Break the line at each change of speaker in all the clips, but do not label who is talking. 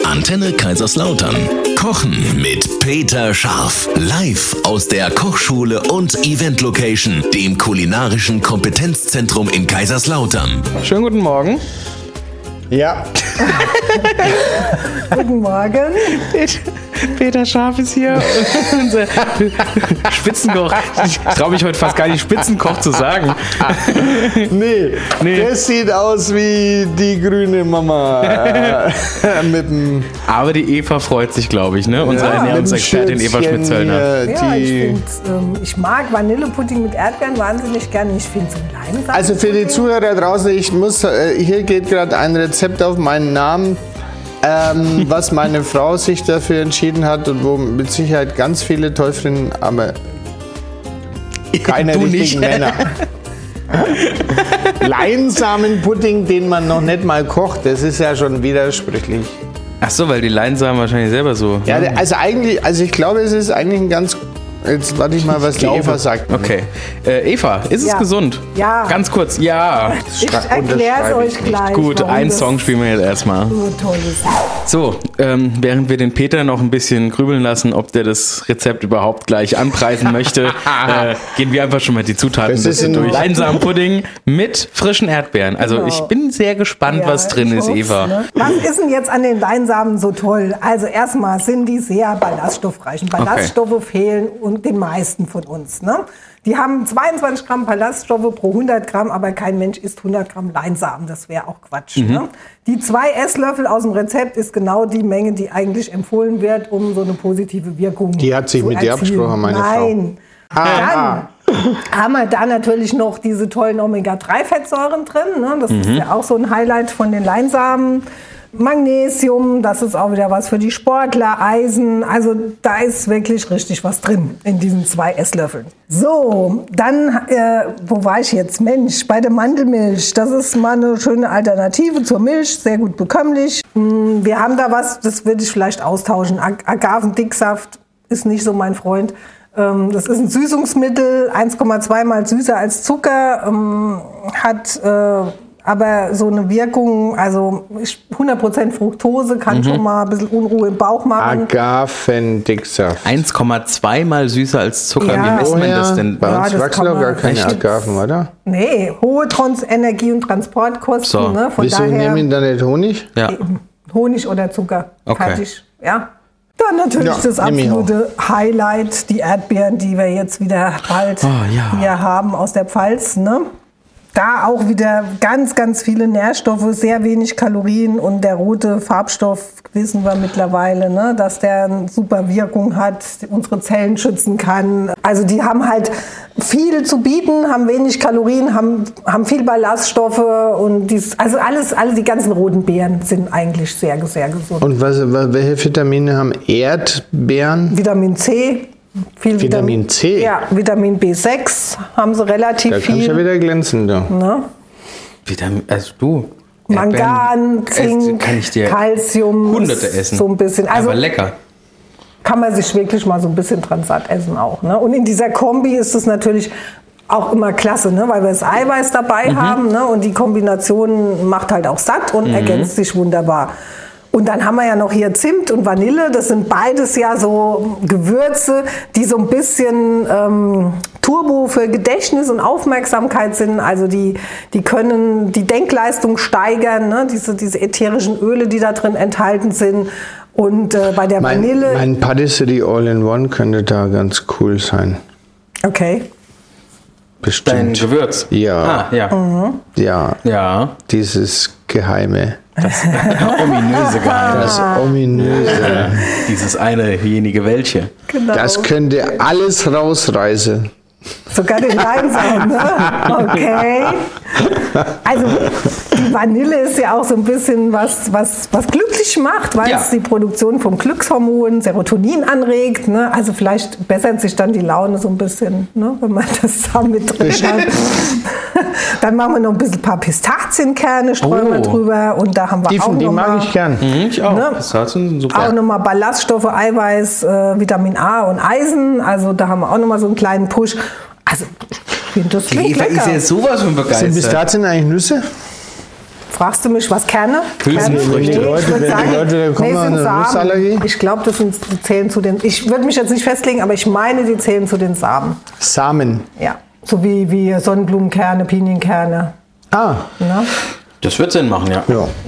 Antenne Kaiserslautern. Kochen mit Peter Scharf. Live aus der Kochschule und Event Location, dem kulinarischen Kompetenzzentrum in Kaiserslautern.
Schönen guten Morgen.
Ja.
Guten Morgen.
Peter Scharf ist hier. Unser Spitzenkoch. Ich traue mich heute fast gar nicht, Spitzenkoch zu sagen.
Nee, das sieht aus wie die grüne Mama. Mit dem
Aber die Eva freut sich, glaube ich, ne? Unsere Ernährungsexpertin Eva Schmidt-Zöllner.
Ich mag Vanillepudding mit Erdbeeren wahnsinnig gerne. Ich finde so Leinsamen.
Also für die Zuhörer draußen, hier geht gerade ein Rezept auf meinen Namen. Was meine Frau sich dafür entschieden hat und wo mit Sicherheit ganz viele toll finden, aber keine
Du
richtigen
nicht.
Männer. Leinsamenpudding, den man noch nicht mal kocht, das ist ja schon widersprüchlich.
Ach so, weil die Leinsamen wahrscheinlich selber so.
Ja, also ich glaube, es ist eigentlich ein ganz... Jetzt warte ich mal, was die Eva sagt.
Okay. Eva, ist es gesund?
Ja.
Ganz kurz, ja.
Ich erkläre es euch gleich.
Gut, einen Song spielen wir jetzt erstmal.
So toll ist.
So, während wir den Peter noch ein bisschen grübeln lassen, ob der das Rezept überhaupt gleich anpreisen möchte, gehen wir einfach schon mal die Zutaten durch. Leinsamenpudding mit frischen Erdbeeren. Also
Genau.
ich bin sehr gespannt, was drin ist, Eva.
Ne? Was ist denn jetzt an den Leinsamen so toll? Also erstmal sind die sehr ballaststoffreich. Ballaststoffe fehlen und den meisten von uns. Ne? Die haben 22 Gramm Ballaststoffe pro 100 Gramm, aber kein Mensch isst 100 Gramm Leinsamen. Das wäre auch Quatsch. Ne? Die 2 Esslöffel aus dem Rezept ist genau die Menge, die eigentlich empfohlen wird, um so eine positive Wirkung zu erzielen.
Die hat sich mit dir abgesprochen, meine Frau.
Nein. Dann haben wir da natürlich noch diese tollen Omega-3-Fettsäuren drin. Ne? Das ist ja auch so ein Highlight von den Leinsamen. Magnesium, das ist auch wieder was für die Sportler, Eisen, also da ist wirklich richtig was drin in diesen 2 Esslöffeln. So, dann, wo war ich jetzt? Mensch, bei der Mandelmilch, das ist mal eine schöne Alternative zur Milch, sehr gut bekömmlich. Wir haben da was, das würde ich vielleicht austauschen. Agavendicksaft ist nicht so mein Freund. Das ist ein Süßungsmittel, 1,2 mal süßer als Zucker, hat... aber so eine Wirkung, also 100% Fructose kann schon mal ein bisschen Unruhe im Bauch machen.
Agavendicksaft.
1,2 mal süßer als Zucker.
Ja.
Wie messt man das denn?
Bei uns
das
wachsen
kann
doch gar
man
keine
echt.
Agaven, oder?
Nee, hohe Energie- und Transportkosten.
So.
Ne? Von
Wieso
daher
nehmen da nicht Honig?
Ja.
Honig oder Zucker.
Okay.
Fertig. Ja. Dann natürlich
Ja,
das
nehm ich
absolute Highlight, die Erdbeeren, die wir jetzt wieder bald hier haben aus der Pfalz. Ne? Da auch wieder ganz, ganz viele Nährstoffe, sehr wenig Kalorien und der rote Farbstoff, wissen wir mittlerweile, ne, dass der eine super Wirkung hat, unsere Zellen schützen kann. Also die haben halt viel zu bieten, haben wenig Kalorien, haben viel Ballaststoffe und alle die ganzen roten Beeren sind eigentlich sehr, sehr gesund.
Und welche Vitamine haben Erdbeeren?
Vitamin C. Viel
Vitamin C?
Ja, Vitamin B6 haben sie relativ
Da kann ich ja
viel.
wieder glänzen, du.
Ne?
Also du.
Mangan,
Erdbeeren,
Zink,
kann ich dir
Calcium.
Hunderte essen.
So ein bisschen. Also
aber lecker.
kann man sich wirklich mal so ein bisschen dran satt essen auch. Ne? Und in dieser Kombi ist es natürlich auch immer klasse, ne? Weil wir das Eiweiß dabei haben. Ne? Und die Kombination macht halt auch satt und ergänzt sich wunderbar. Und dann haben wir ja noch hier Zimt und Vanille. Das sind beides ja so Gewürze, die so ein bisschen Turbo für Gedächtnis und Aufmerksamkeit sind. Also die können die Denkleistung steigern, ne? Diese ätherischen Öle, die da drin enthalten sind. Und bei der Vanille...
Mein Patisserie All-in-One könnte da ganz cool sein.
Okay.
Dein
Bestimmt.
Gewürz.
Ja.
Ah, ja.
Ja, dieses Geheime.
Das ominöse Geheimnis.
Das Ominöse.
Dieses einige welche.
Genau.
Das könnte alles rausreißen.
Sogar den Leinsamen, ne? Okay. Also die Vanille ist ja auch so ein bisschen was glücklich macht, weil es die Produktion vom Glückshormon Serotonin anregt. Ne? Also vielleicht bessert sich dann die Laune so ein bisschen, ne? Wenn man das da mit drin hat. Dann machen wir noch ein paar Pistazienkerne, streuen wir drüber. Und da haben wir auch
Die
noch
mag
mal,
ich gern.
Ich auch.
Ne?
Pistazien sind super.
auch nochmal Ballaststoffe, Eiweiß, Vitamin A und Eisen. Also da haben wir auch nochmal so einen kleinen Push. Also ich finde das
Die
klingt
Eva
lecker.
ist ja sowas von
Sind
begeistert.
Pistazien eigentlich Nüsse?
fragst du mich, was Kerne?
Hülsenfrüchte.
Die Leute kommen an eine Nussallergie.
Ich glaube, die zählen zu den, ich würde mich jetzt nicht festlegen, aber ich meine, die zählen zu den Samen.
Samen?
Ja, so wie Sonnenblumenkerne, Pinienkerne.
Ah.
Na?
Das wird Sinn machen, ja.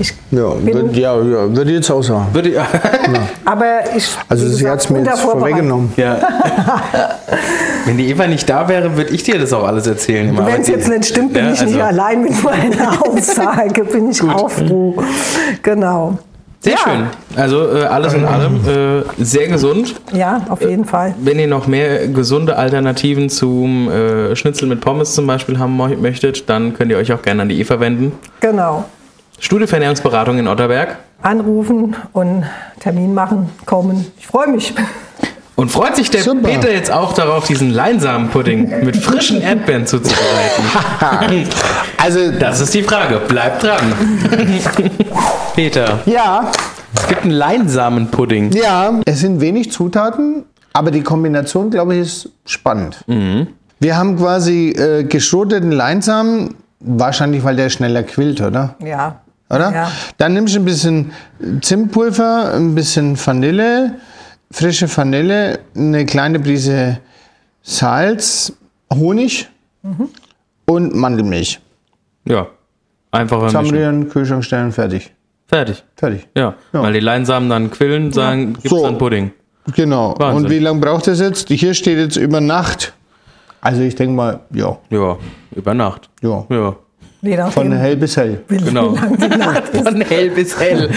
Würde jetzt auch sagen.
Aber
sie hat es mir jetzt vorweggenommen.
Ja. Wenn die Eva nicht da wäre, würde ich dir das auch alles erzählen.
Wenn es jetzt nicht stimmt, bin ich nicht allein mit meiner Aussage, bin ich Aufruhr. Genau.
Sehr schön. Also alles in allem sehr gesund.
Ja, auf jeden Fall.
Wenn ihr noch mehr gesunde Alternativen zum Schnitzel mit Pommes zum Beispiel haben möchtet, dann könnt ihr euch auch gerne an die Eva wenden.
Genau.
Studie für Ernährungsberatung in Otterberg.
Anrufen und Termin machen, kommen. Ich freue mich.
Und freut sich der Peter jetzt auch darauf, diesen Leinsamenpudding mit frischen Erdbeeren zuzubereiten? Also, das ist die Frage. Bleibt dran. Peter.
Ja.
Es gibt einen Leinsamenpudding.
Ja, es sind wenig Zutaten, aber die Kombination, glaube ich, ist spannend. Mhm. Wir haben quasi geschroteten Leinsamen, wahrscheinlich, weil der schneller quillt, oder?
Ja.
Oder?
Ja.
Dann nimmst du ein bisschen Zimtpulver, ein bisschen Vanille, frische Vanille, eine kleine Prise Salz, Honig und Mandelmilch.
Ja, einfacher
zusammenrühren, Kühlschrank stellen, fertig.
Fertig. Ja, weil die Leinsamen dann quillen, gibt es dann Pudding.
Genau.
Wahnsinn.
Und wie lange braucht das jetzt? Hier steht jetzt über Nacht. Also ich denke mal, ja.
Ja, über Nacht.
Ja.
Von
hell bis hell.
Genau. Von hell bis hell.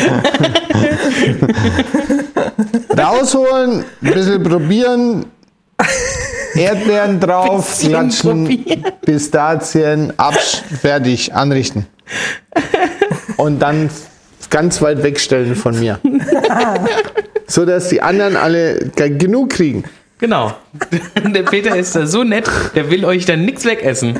Rausholen, ein bisschen probieren, Erdbeeren drauf, klatschen, Pistazien, fertig, anrichten. Und dann ganz weit wegstellen von mir. So dass die anderen alle genug kriegen.
Genau. Der Peter ist da so nett, der will euch dann nichts wegessen.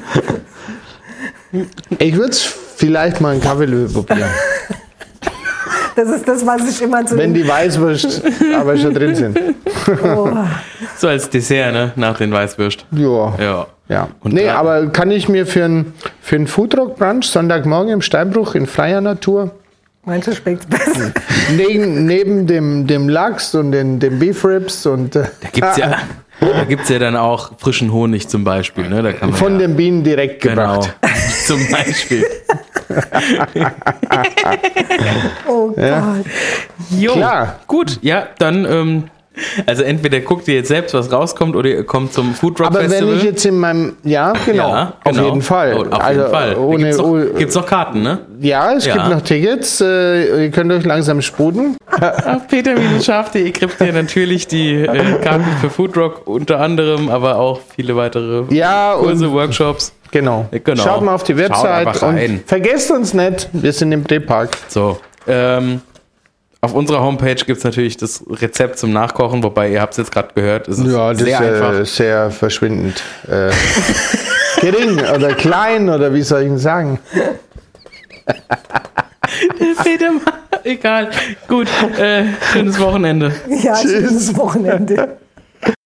Ich würde es vielleicht mal einen Kaffeelöwe probieren.
Das ist das, was ich immer zu.
Wenn die Weißwürst aber schon drin sind.
Oh.
So als Dessert, ne? Nach den Weißwürst.
Ja. Und aber kann ich mir für einen Foodrock-Brunch Sonntagmorgen im Steinbruch in freier Natur.
Meinst du, schmeckt's besser?
Neben dem Lachs und den Beef Ribs und.
Da gibt's ja dann auch frischen Honig zum Beispiel. Ne? Da kann man
von den Bienen direkt gebracht.
Genau. Zum Beispiel.
Oh Gott.
Ja.
Jo,
klar.
Gut, ja, dann, also entweder guckt ihr jetzt selbst, was rauskommt, oder ihr kommt zum Foodrock Festival.
Aber wenn ich jetzt in meinem, auf jeden Fall.
Auf jeden Fall. Gibt's noch Karten, ne?
Ja, es gibt noch Tickets. Ihr könnt euch langsam sputen.
Auf peter-scharf.de kriegt ihr natürlich die Karten für Foodrock unter anderem, aber auch viele weitere Kurse, Workshops.
Genau. Schaut mal auf die Website und vergesst uns nicht, wir sind im Drehpark.
So, auf unserer Homepage gibt es natürlich das Rezept zum Nachkochen, wobei ihr habt es jetzt gerade gehört, es ist sehr einfach.
Sehr verschwindend gering oder klein oder wie soll ich denn sagen?
Peter, egal. Gut, schönes Wochenende.
Ja, schönes Wochenende.